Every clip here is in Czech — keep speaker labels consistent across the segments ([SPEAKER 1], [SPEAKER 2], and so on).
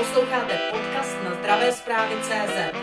[SPEAKER 1] Posloucháte podcast na zdravésprávy.cz.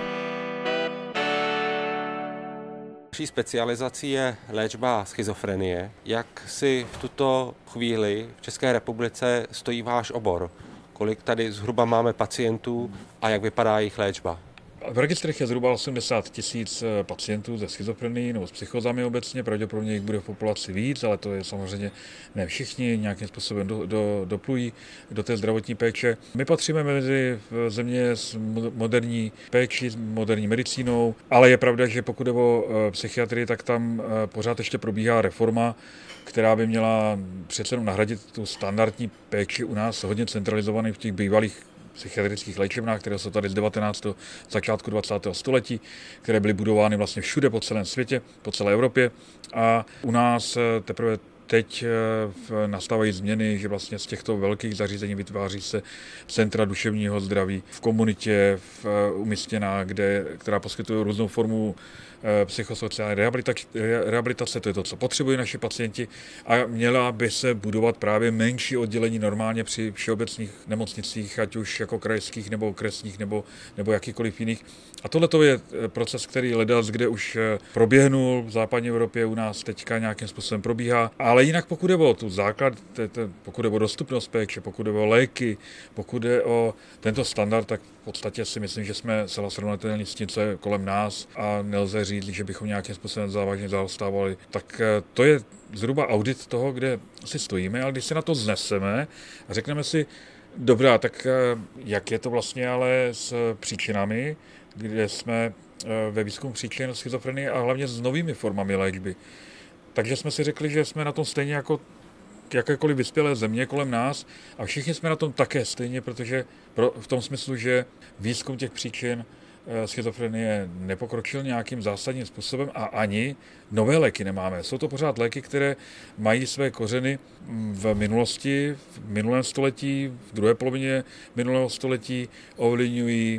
[SPEAKER 2] Naší specializací je léčba schizofrenie. Jak si v tuto chvíli v České republice stojí váš obor? Kolik tady zhruba máme pacientů a jak vypadá jejich léčba?
[SPEAKER 3] V registrech je zhruba 80 000 pacientů ze schizofrenií nebo s psychózami obecně, pravděpodobně jich bude v populaci víc, ale to je samozřejmě ne všichni, nějakým způsobem doplují do té zdravotní péče. My patříme mezi země s moderní péči, s moderní medicínou, ale je pravda, že pokud jde o psychiatrii, tak tam pořád ještě probíhá reforma, která by měla přece jenom nahradit tu standardní péči u nás hodně centralizovaný v těch bývalých psychiatrických léčebnách, které jsou tady z 19. začátku 20. století, které byly budovány vlastně všude po celém světě, po celé Evropě. A u nás teprve teď nastávají změny, že vlastně z těchto velkých zařízení vytváří se centra duševního zdraví v komunitě, umístěná, která poskytuje různou formu psychosociální rehabilitace, to je to, co potřebují naši pacienti, a měla by se budovat právě menší oddělení normálně při všeobecných nemocnicích, ať už jako krajských nebo okresních nebo jakýkoliv jiných. A tohle je proces, který ledas, kde už proběhnul v západní Evropě, u nás teďka nějakým způsobem probíhá. Ale jinak pokud jde o tu základ, pokud jde o dostupnost péče, pokud jde o léky, pokud jde o tento standard, tak v podstatě si myslím, že jsme zcela srovnatelní s tím, co je kolem nás, a nelze říct, že bychom nějakým způsobem závažně zaostávali. Tak to je zhruba audit toho, kde si stojíme, ale když se na to zneseme a řekneme si, dobrá, tak jak je to vlastně ale s příčinami, kde jsme ve výzkumu příčin schizofrenie a hlavně s novými formami léčby. Takže jsme si řekli, že jsme na tom stejně jako jakékoliv vyspělé země kolem nás a všichni jsme na tom také stejně, protože v tom smyslu, že výzkum těch příčin schizofrenie nepokročil nějakým zásadním způsobem a ani nové léky nemáme. Jsou to pořád léky, které mají své kořeny v minulosti, v minulém století, v druhé polovině minulého století, ovlivňují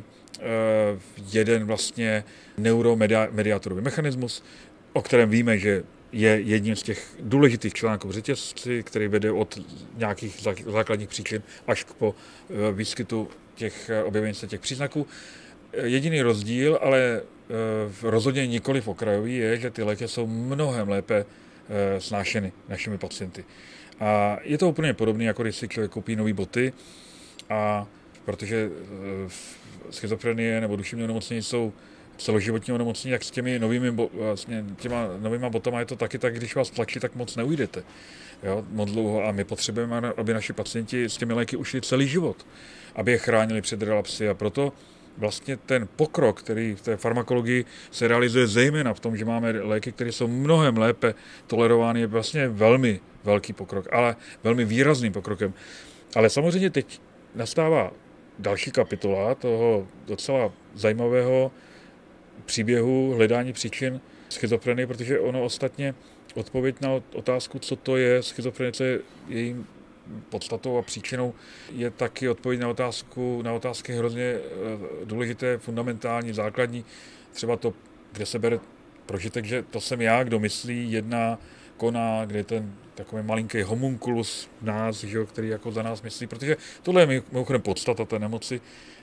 [SPEAKER 3] jeden vlastně neuromediátorový mechanismus, o kterém víme, že je jedním z těch důležitých článků v řetězci, který vede od nějakých základních příčin až po výskytu objevení se těch příznaků. Jediný rozdíl, ale rozhodně nikoliv okrajový, je, že ty léky jsou mnohem lépe snášeny našimi pacienty. A je to úplně podobné, jako když si člověk koupí nový boty, a protože schizofrenie nebo duševní onemocnění jsou celoživotní onemocnění, jak s těma novýma botama je to taky tak, když vás tlačí, tak moc neujdete. Jo, moc dlouho, a my potřebujeme, aby naši pacienti s těmi léky ušli celý život, aby je chránili před relapsy, a proto vlastně ten pokrok, který v té farmakologii se realizuje zejména v tom, že máme léky, které jsou mnohem lépe tolerovány, je vlastně velmi velký pokrok, ale velmi výrazným pokrokem. Ale samozřejmě teď nastává další kapitola toho docela zajímavého příběhu hledání příčin schizofrenie, protože ono ostatně odpověď na otázku, co to je schizofrenie, co je jejím podstatou a příčinou, je taky odpověď na otázky hrozně důležité, fundamentální, základní. Třeba to, kde se bere prožitek, že to jsem já, kdo myslí, jedná, koná, kde je ten takový malinký homunculus v nás, že, který jako za nás myslí, protože tohle je mimochodem podstata té nemoci,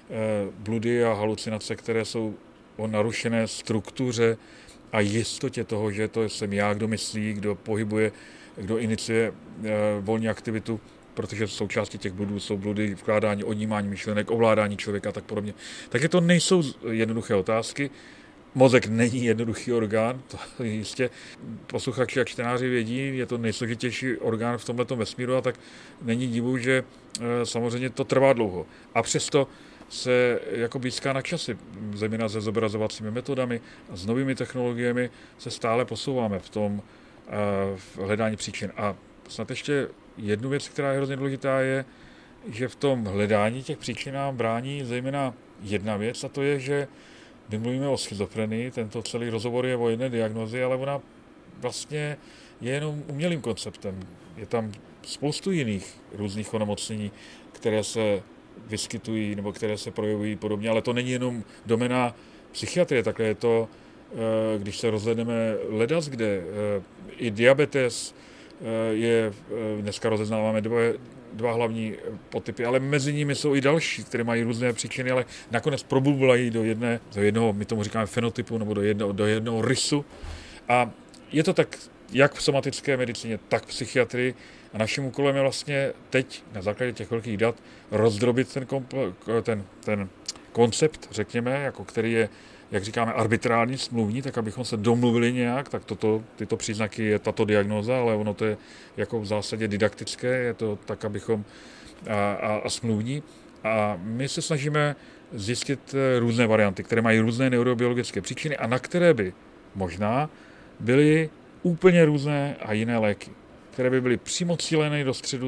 [SPEAKER 3] bludy a halucinace, které jsou o narušené struktuře a jistotě toho, že to jsem já, kdo myslí, kdo pohybuje, kdo iniciuje volní aktivitu, protože součástí těch bludů jsou bludy vkládání, odnímání myšlenek, ovládání člověka a tak podobně. Takže to nejsou jednoduché otázky. Mozek není jednoduchý orgán, to jistě posluchači a čtenáři vědí, je to nejsložitější orgán v tomhletom vesmíru, a tak není divu, že samozřejmě to trvá dlouho. A přesto se jako blízká na časy, zejména se zobrazovacími metodami a s novými technologiemi se stále posouváme v tom v hledání příčin. A snad ještě jednu věc, která je hrozně důležitá, je, že v tom hledání těch příčin nám brání zejména jedna věc, a to je, že my mluvíme o schizofrenii, tento celý rozhovor je o jedné diagnozi, ale ona vlastně je jenom umělým konceptem. Je tam spoustu jiných různých onemocnění, které se vyskytují nebo které se projevují podobně, ale to není jenom domena psychiatrie, takhle je to, když se rozhledneme ledas, kde i diabetes je, dneska rozeznáváme dva hlavní podtypy, ale mezi nimi jsou i další, které mají různé příčiny, ale nakonec probublají do jednoho, my tomu říkáme fenotypu, nebo do jednoho rysu. A je to tak jak v somatické medicíně, tak v psychiatrii. A naším úkolem je vlastně teď na základě těch velkých dat rozdrobit ten koncept, řekněme, jako který je, jak říkáme, arbitrární, smluvní, tak abychom se domluvili nějak, tak tyto příznaky je tato diagnóza, ale ono to je jako v zásadě didaktické, je to tak, abychom a smluvní. A my se snažíme zjistit různé varianty, které mají různé neurobiologické příčiny a na které by možná byly úplně různé a jiné léky, které by byly přímo cílené do středu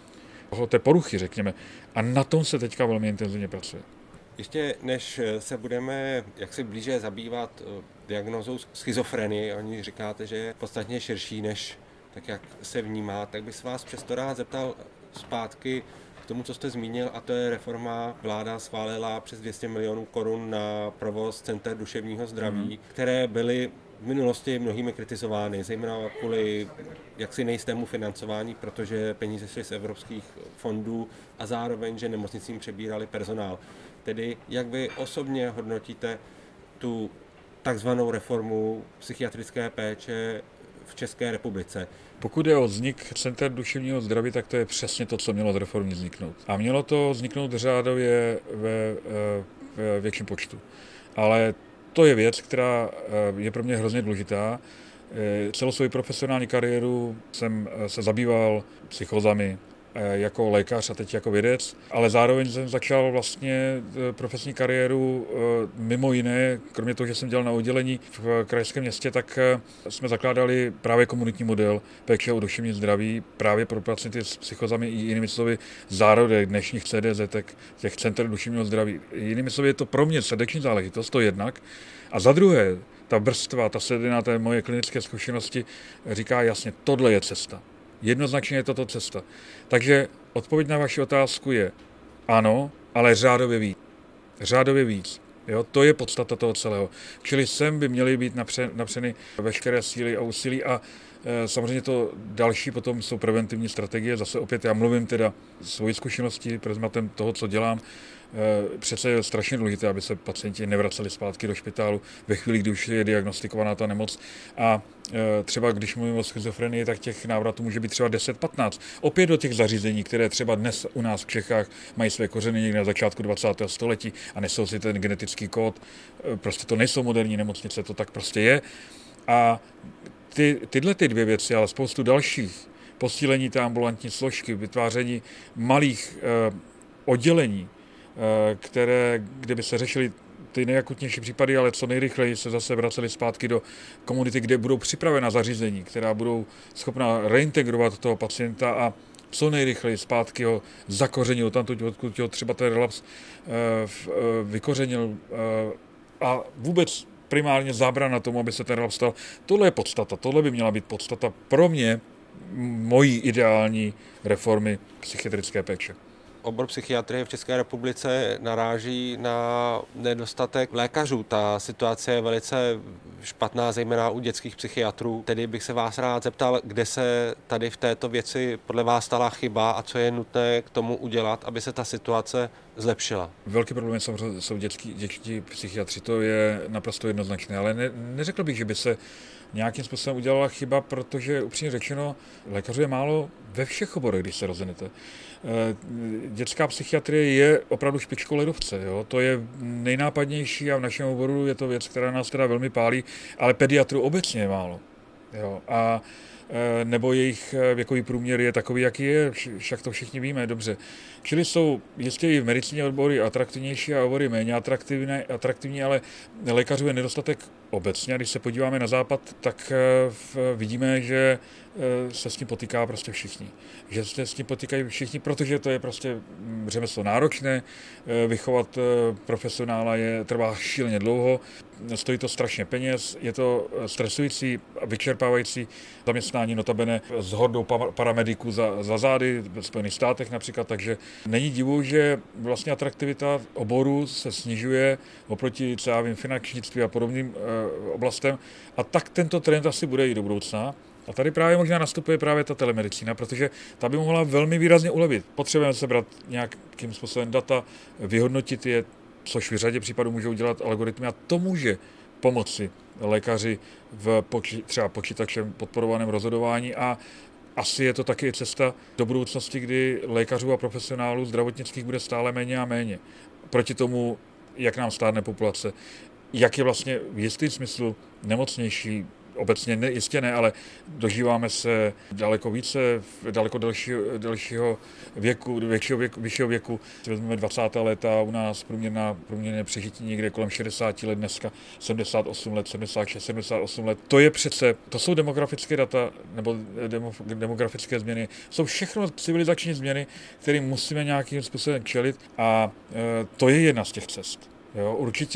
[SPEAKER 3] té poruchy, řekněme. A na tom se teďka velmi intenzivně pracuje.
[SPEAKER 2] Ještě než se budeme jaksi blíže zabývat diagnózou schizofrenie, oni říkáte, že je podstatně širší, než tak, jak se vnímá, tak bych se vás přesto rád zeptal zpátky k tomu, co jste zmínil, a to je reforma. Vláda schválila přes 200 milionů korun na provoz center duševního zdraví, které byly v minulosti mnohými kritizovány, zejména kvůli jaksi nejistému financování, protože peníze šly z evropských fondů a zároveň, že nemocnicím přebírali personál. Tedy jak vy osobně hodnotíte tu takzvanou reformu psychiatrické péče v České republice?
[SPEAKER 3] Pokud je o vznik center duševního zdraví, tak to je přesně to, co mělo z reformy vzniknout. A mělo to vzniknout řádově ve větším počtu. Ale to je věc, která je pro mě hrozně důležitá. Celou svou profesionální kariéru jsem se zabýval psychózami jako lékař a teď jako vědec, ale zároveň jsem začal vlastně profesní kariéru mimo jiné, kromě toho, že jsem dělal na oddělení v krajském městě, tak jsme zakládali právě komunitní model péče o duševní zdraví právě pro pacienty s psychózami i jinými slovy zárodek dnešních CDZ, těch center duševního zdraví. Jinými slovy je to pro mě srdeční záležitost, to jednak. A za druhé, ta vrstva, ta sedina té moje klinické zkušenosti říká jasně, tohle je cesta. Jednoznačně je toto cesta. Takže odpověď na vaši otázku je ano, ale řádově víc. Řádově víc. Jo, to je podstata toho celého. Čili sem by měly být napřeny veškeré síly a úsilí a samozřejmě to další potom jsou preventivní strategie. Zase opět já mluvím teda svojí zkušenosti, prismatem toho, co dělám. Přece je strašně důležité, aby se pacienti nevraceli zpátky do špitálu ve chvíli, kdy už je diagnostikovaná ta nemoc. A třeba když mluvím o schizofrenii, tak těch návratů může být třeba 10-15. Opět do těch zařízení, které třeba dnes u nás v Čechách mají své kořeny někde na začátku 20. století a nesou si ten genetický kód. Prostě to nejsou moderní nemocnice, to tak prostě je. A tyhle dvě věci, ale spoustu dalších, posílení té ambulantní složky, vytváření malých oddělení, kde by se řešily ty nejakutnější případy, ale co nejrychleji se zase vraceli zpátky do komunity, kde budou připravena zařízení, která budou schopná reintegrovat toho pacienta a co nejrychleji zpátky ho zakořenil, odkud ho třeba ten relaps vykořenil a vůbec primárně zábrana tomu, aby se ten relaps stal. Tohle je podstata, tohle by měla být podstata pro mě mojí ideální reformy psychiatrické péče.
[SPEAKER 2] Obor psychiatrie v České republice naráží na nedostatek lékařů. Ta situace je velice špatná, zejména u dětských psychiatrů. Tedy bych se vás rád zeptal, kde se tady v této věci podle vás stala chyba a co je nutné k tomu udělat, aby se ta situace zlepšila.
[SPEAKER 3] Velký problém jsou dětští psychiatři, to je naprosto jednoznačné, ale neřekl bych, že by se nějakým způsobem udělala chyba, protože upřímně řečeno, lékařů je málo ve všech oborech, když se rozhodnete. Dětská psychiatrie je opravdu špičkou ledovce, jo? To je nejnápadnější a v našem oboru je to věc, která nás teda velmi pálí, ale pediatrů obecně je málo. Jo? A nebo jejich věkový průměr je takový, jaký je, však to všichni víme, dobře. Čili jsou jistě i v medicíně odbory atraktivnější a obory méně atraktivní, ale lékařů je nedostatek obecně. A když se podíváme na západ, tak vidíme, že se s tím potýká prostě všichni. Že se s tím potýkají všichni, protože to je prostě řemeslo náročné, vychovat profesionála trvá šíleně dlouho, stojí to strašně peněz, je to stresující a vyčerpávající zaměstnání notabene s hordou paramediků za zády ve Spojených státech například, takže není divu, že vlastně atraktivita oboru se snižuje oproti finančnictví a podobným oblastem a tak tento trend asi bude i do budoucna. A tady právě možná nastupuje právě ta telemedicína, protože ta by mohla velmi výrazně ulevit. Potřebujeme sebrat nějakým způsobem data, vyhodnotit je, což v řadě případů můžou dělat algoritmy a to může pomoci lékaři v třeba počítačem podporovaném rozhodování a asi je to taky cesta do budoucnosti, kdy lékařů a profesionálů zdravotnických bude stále méně a méně. Proti tomu, jak nám stárne populace, jak je vlastně v jistém smyslu nemocnější, obecně jistě ne, ale dožíváme se daleko více, daleko delšího věku, vyššího věku. Vezmeme 20. léta, u nás průměrné přežití někde kolem 60 let, dneska 78 let, 76, 78 let. To jsou demografické data, nebo demografické změny. Jsou všechno civilizační změny, kterým musíme nějakým způsobem čelit a to je jedna z těch cest. Jo,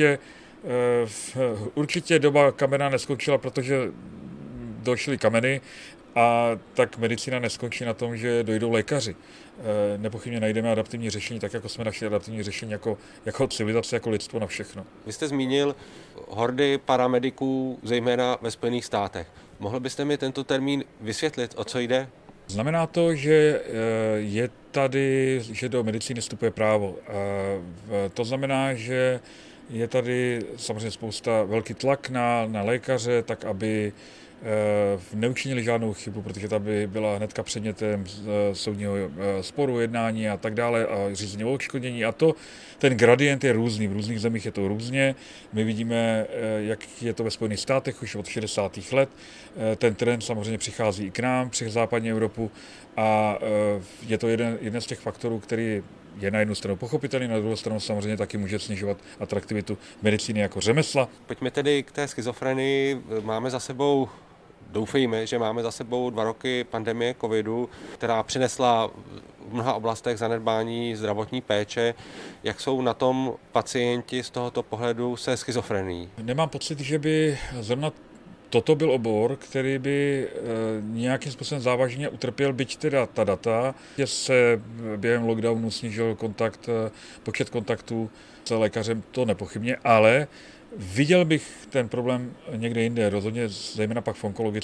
[SPEAKER 3] určitě doba kamena neskončila, protože došly kameny a tak medicína neskončí na tom, že dojdou lékaři. Nepochybně najdeme adaptivní řešení, tak jako jsme našli adaptivní řešení jako civilizace, jako lidstvo na všechno.
[SPEAKER 2] Vy jste zmínil hordy paramediků, zejména ve Spojených státech. Mohl byste mi tento termín vysvětlit, o co jde?
[SPEAKER 3] Znamená to, že je tady, že do medicíny vstupuje právo. To znamená, že je tady samozřejmě spousta velký tlak na lékaře, tak aby neučinili žádnou chybu, protože ta by byla hnedka předmětem soudního sporu, jednání a tak dále a řízení o odškodnění. A ten gradient je různý, v různých zemích je to různě. My vidíme, jak je to ve Spojených státech už od 60. let. Ten trend samozřejmě přichází i k nám, přes západní Evropu a je to jeden z těch faktorů, který je na jednu stranu pochopitelný, na druhou stranu samozřejmě taky může snižovat atraktivitu medicíny jako řemesla.
[SPEAKER 2] Pojďme tedy k té schizofrenii. Máme za sebou, doufejme, že máme za sebou 2 roky pandemie covidu, která přinesla v mnoha oblastech zanedbání zdravotní péče. Jak jsou na tom pacienti z tohoto pohledu se schizofrenií?
[SPEAKER 3] Nemám pocit, že by zrovna toto byl obor, který by nějakým způsobem závažně utrpěl, byť teda ta data, že se během lockdownu snížil počet kontaktů s lékařem, to nepochybně, ale viděl bych ten problém někde jinde, rozhodně zejména pak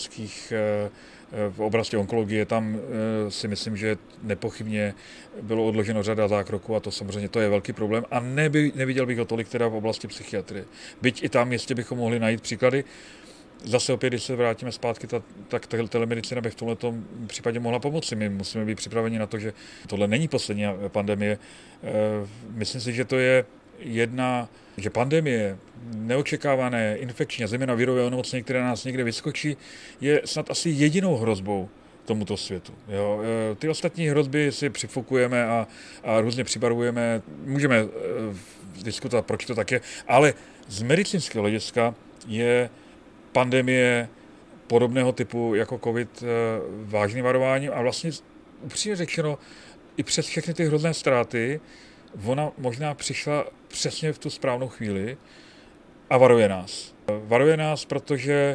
[SPEAKER 3] v oblasti onkologie, tam si myslím, že nepochybně bylo odloženo řada zákroků a to samozřejmě to je velký problém a neviděl bych ho tolik teda v oblasti psychiatrie. Byť i tam jistě bychom mohli najít příklady. Zase opět, když se vrátíme zpátky, tak telemedicina by v tomto případě mohla pomoci. My musíme být připraveni na to, že tohle není poslední pandemie. Myslím si, že to je že pandemie, neočekávané infekční a zejména virové onemocnění, které nás někde vyskočí, je snad asi jedinou hrozbou tomuto světu. Jo. Ty ostatní hrozby si přifukujeme a různě přibarvujeme. Můžeme diskutovat, proč to tak je, ale z medicínského hlediska je pandemie podobného typu jako COVID vážným varováním a vlastně upřímně řečeno i přes všechny ty hrozné ztráty ona možná přišla přesně v tu správnou chvíli a varuje nás. Varuje nás, protože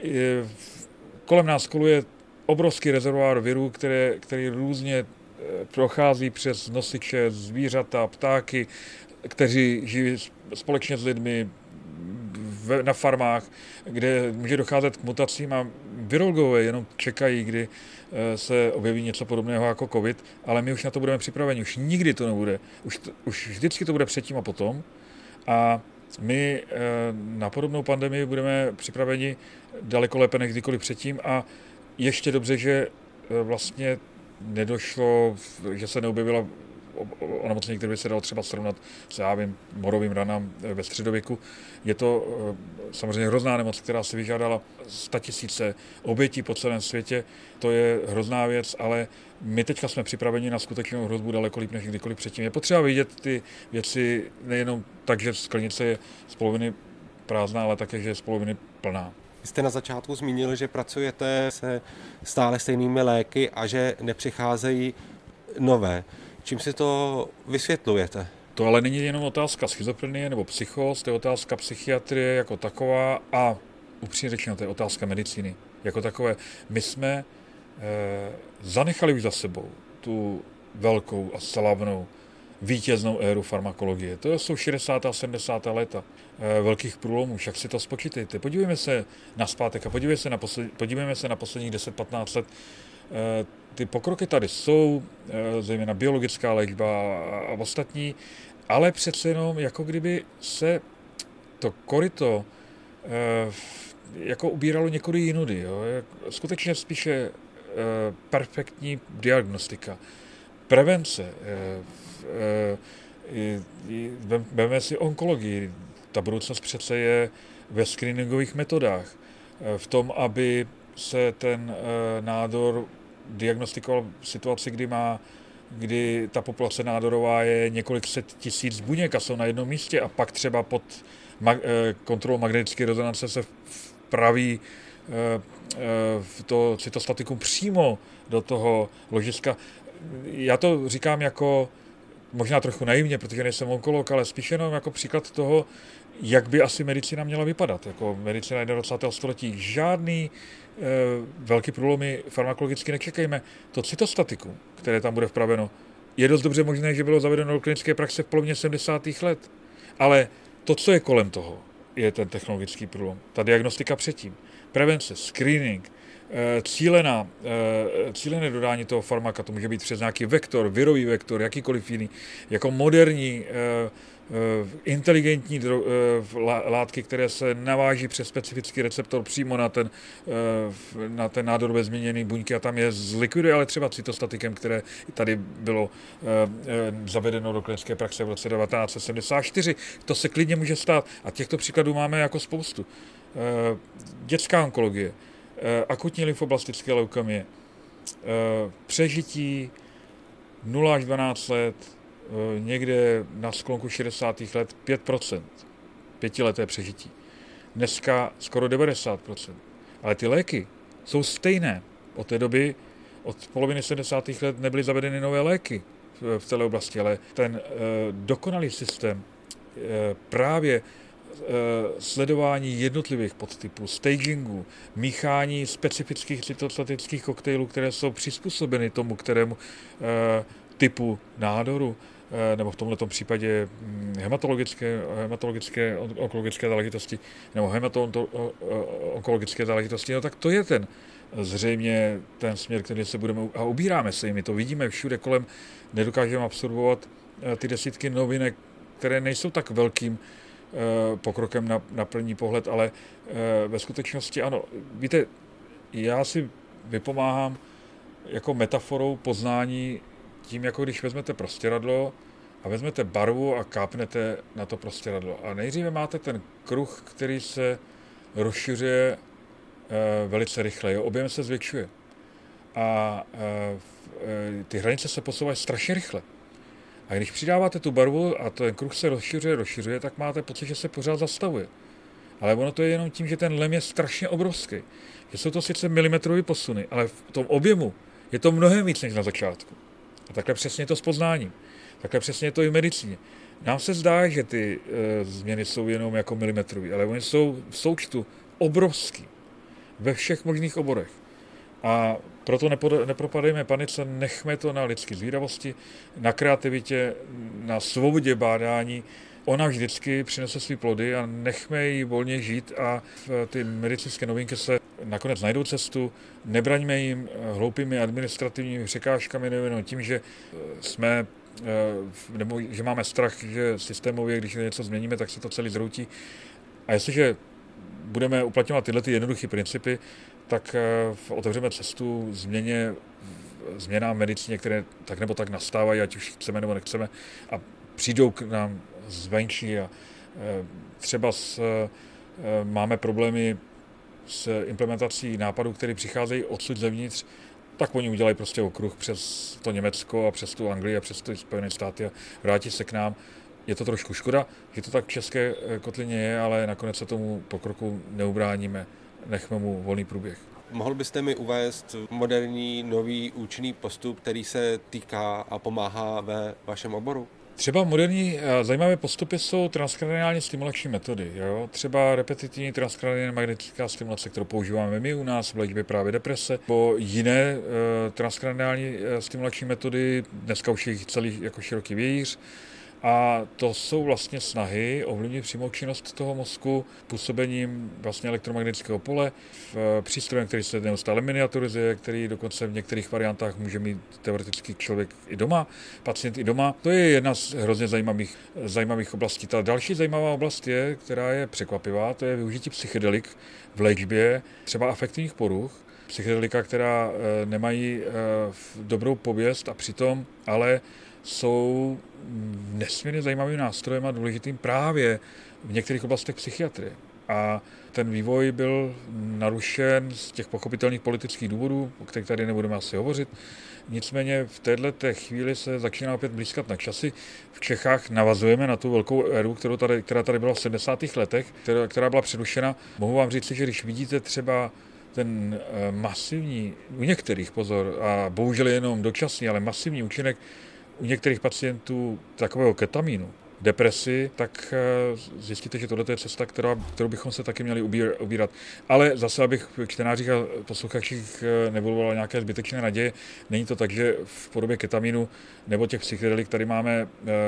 [SPEAKER 3] kolem nás koluje obrovský rezervoár virů, který různě prochází přes nosiče, zvířata, ptáky, kteří žijí společně s lidmi na farmách, kde může docházet k mutacím a virologové jenom čekají, kdy se objeví něco podobného jako COVID, ale my už na to budeme připraveni, už nikdy to nebude, už vždycky to bude předtím a potom a my na podobnou pandemii budeme připraveni daleko lépe než kdykoliv předtím a ještě dobře, že vlastně nedošlo, že se neobjevila onemocnění, které by se dalo třeba srovnat s morovým ranám ve středověku. Je to samozřejmě hrozná nemoc, která si vyžádala 100 000 obětí po celém světě. To je hrozná věc, ale my teďka jsme připraveni na skutečnou hrozbu daleko líp než kdykoliv předtím. Je potřeba vidět ty věci nejenom tak, že sklenice je z poloviny prázdná, ale také, že je z poloviny plná.
[SPEAKER 2] Vy jste na začátku zmínil, že pracujete se stále stejnými léky a že nepřicházejí nové. Čím si to vysvětlujete?
[SPEAKER 3] To ale není jenom otázka schizofrenie nebo psychóz, to je otázka psychiatrie jako taková a upřímně řečeno, to je otázka medicíny jako takové. My jsme zanechali už za sebou tu velkou a slavnou vítěznou éru farmakologie. To jsou 60. a 70. léta velkých průlomů, však si to spočítejte. Podívejme se nazpátek a podívejme se na posledních 10-15 let. Ty pokroky tady jsou, zejména biologická léčba a ostatní, ale přece jenom jako kdyby se to koryto jako ubíralo někudy jinudy. Jo. Skutečně spíše perfektní diagnostika, prevence, veme si onkologii. Ta budoucnost přece je ve screeningových metodách, v tom, aby se ten nádor diagnostikoval v situaci, kdy ta populace nádorová je několik set tisíc buněk a jsou na jednom místě a pak třeba pod kontrolou magnetické rezonance se vpraví to cytostatikum přímo do toho ložiska. Já to říkám jako možná trochu naivně, protože nejsem onkolog, ale spíš jenom jako příklad toho, jak by asi medicína měla vypadat. Jako medicína 21. století žádný velký průlomy farmakologicky nečekejme. To cytostatikum, které tam bude vpraveno, je dost dobře možné, že bylo zavedeno do klinické praxe v polovině 70. let. Ale to, co je kolem toho, je ten technologický průlom. Ta diagnostika předtím. Prevence, screening, cílené dodání toho farmaka, to může být přes nějaký vektor, virový vektor, jakýkoliv jiný, jako moderní, inteligentní látky, které se naváží přes specifický receptor přímo na ten nádorově změněný buňky a tam je zlikviduje, ale třeba cytostatikem, které tady bylo zavedeno do klinické praxe v roce 1974. To se klidně může stát a těchto příkladů máme jako spoustu. Dětská onkologie, akutní lymfoblastické leukemie, přežití 0 až 12 let, někde na sklonku 60. let 5%, 5leté přežití. Dneska skoro 90%. Ale ty léky jsou stejné. Od té doby, od poloviny 70. let nebyly zavedeny nové léky v celé oblasti, ale ten dokonalý systém právě sledování jednotlivých podtypů, stagingu, míchání specifických cytostatických koktejlů, které jsou přizpůsobeny tomu, kterému typu nádoru, nebo v tomto případě hematologické onkologické záležitosti, nebo hematoonkologické záležitosti, no tak to je zřejmě ten směr, který se budeme a ubíráme se jimi, to vidíme všude kolem, nedokážeme absorbovat ty desítky novinek, které nejsou tak velkým pokrokem na první pohled, ale ve skutečnosti ano. Víte, já si vypomáhám jako metaforou poznání tím, jako když vezmete prostěradlo a vezmete barvu a kápnete na to prostěradlo. A nejdříve máte ten kruh, který se rozšiřuje velice rychle, jo? Objem se zvětšuje. A ty hranice se posouvají strašně rychle. A když přidáváte tu barvu a ten kruh se rozšiřuje, tak máte pocit, že se pořád zastavuje. Ale ono to je jenom tím, že ten lem je strašně obrovský. Že jsou to sice milimetrové posuny, ale v tom objemu je to mnohem víc než na začátku. A takhle přesně je to s poznáním. Takhle přesně je to i v medicíně. Nám se zdá, že ty změny jsou jenom jako milimetrové, ale oni jsou v součtu obrovský. Ve všech možných oborech. A proto nepropadejme panice, nechme to na lidské zvídavosti, na kreativitě, na svobodě bádání. Ona vždycky přinese svý plody a nechme ji volně žít a ty medicínské novinky se nakonec najdou cestu. Nebraňme jim hloupými administrativními překážkami, nebo tím, že nebo že máme strach, že systémově, když něco změníme, tak se to celý zhroutí. A jestliže budeme uplatňovat tyhle jednoduché principy, tak otevřeme cestu změnám v medicíně, které tak nebo tak nastávají, ať už chceme nebo nechceme, a přijdou k nám zvenčí a třeba máme problémy s implementací nápadů, které přicházejí odsud zevnitř, tak oni udělají prostě okruh přes to Německo a přes tu Anglii a přes ty Spojené státy a vrátí se k nám. Je to trošku škoda, že to tak v české kotlině je, ale nakonec se tomu pokroku neubráníme. Nechme mu volný průběh.
[SPEAKER 2] Mohl byste mi uvést moderní, nový účinný postup, který se týká a pomáhá ve vašem oboru?
[SPEAKER 3] Třeba moderní zajímavé postupy jsou transkraniální stimulační metody. Jo? Třeba repetitivní transkraniální magnetická stimulace, kterou používáme my u nás v léčbě právě deprese, nebo jiné transkraniální stimulační metody, dneska už je jich celý jako široký vějíř. A to jsou vlastně snahy ovlivnit přímou činnost toho mozku působením vlastně elektromagnetického pole v přístrojem, který se neustále miniaturizuje, který dokonce v některých variantách může mít teoreticky člověk i doma, pacient i doma. To je jedna z hrozně zajímavých oblastí. Ta další zajímavá oblast je, která je překvapivá, to je využití psychedelik v léčbě třeba afektivních poruch. Psychedelika, která nemají dobrou pověst a přitom ale jsou nesmírně zajímavým nástrojem a důležitým právě v některých oblastech psychiatrie. A ten vývoj byl narušen z těch pochopitelných politických důvodů, o kterých tady nebudeme asi hovořit. Nicméně v této chvíli se začíná opět blízkat na časy. V Čechách navazujeme na tu velkou éru, která tady byla v 70. letech, která byla přerušena. Mohu vám říct, že když vidíte třeba ten masivní, u některých pozor, a bohužel jenom dočasný, ale masivní účinek u některých pacientů takového ketamínu, depresi, tak zjistíte, že tohle je cesta, kterou bychom se taky měli ubírat. Ale zase, abych čtenářích a posluchačích nebudoval nějaké zbytečné naděje, není to tak, že v podobě ketamínu nebo těch psychedelik, tady máme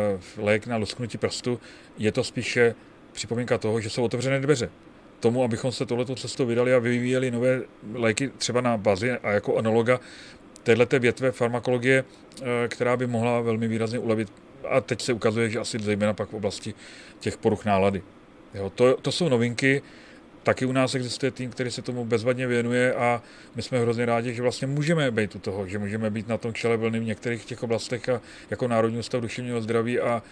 [SPEAKER 3] lék na lusknutí prstu, je to spíše připomínka toho, že jsou otevřené dveře tomu, abychom se touhletou cestou vydali a vyvíjeli nové léky třeba na bazi a jako analoga téhleté větve farmakologie, která by mohla velmi výrazně ulevit. A teď se ukazuje, že asi zejména pak v oblasti těch poruch nálady. Jo, to jsou novinky. Taky u nás existuje tým, který se tomu bezvadně věnuje a my jsme hrozně rádi, že vlastně můžeme být u toho, že můžeme být na tom čele vlny v některých těch oblastech a jako Národní ústav duševního zdraví a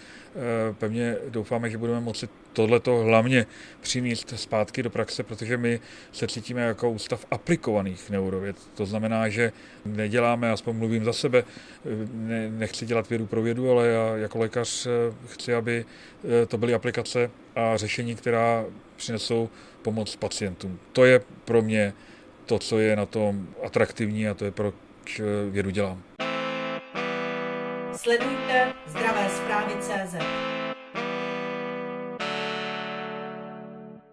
[SPEAKER 3] pevně doufáme, že budeme moci tohleto hlavně přinést zpátky do praxe, protože my se cítíme jako ústav aplikovaných neurověd. To znamená, že neděláme, aspoň mluvím za sebe, nechci dělat vědu pro vědu, ale já jako lékař chci, aby to byly aplikace a řešení, která přinesou pomoc pacientům. To je pro mě to, co je na tom atraktivní a to je proč vědu dělám.
[SPEAKER 1] Sledujte Zdravé zprávy.cz.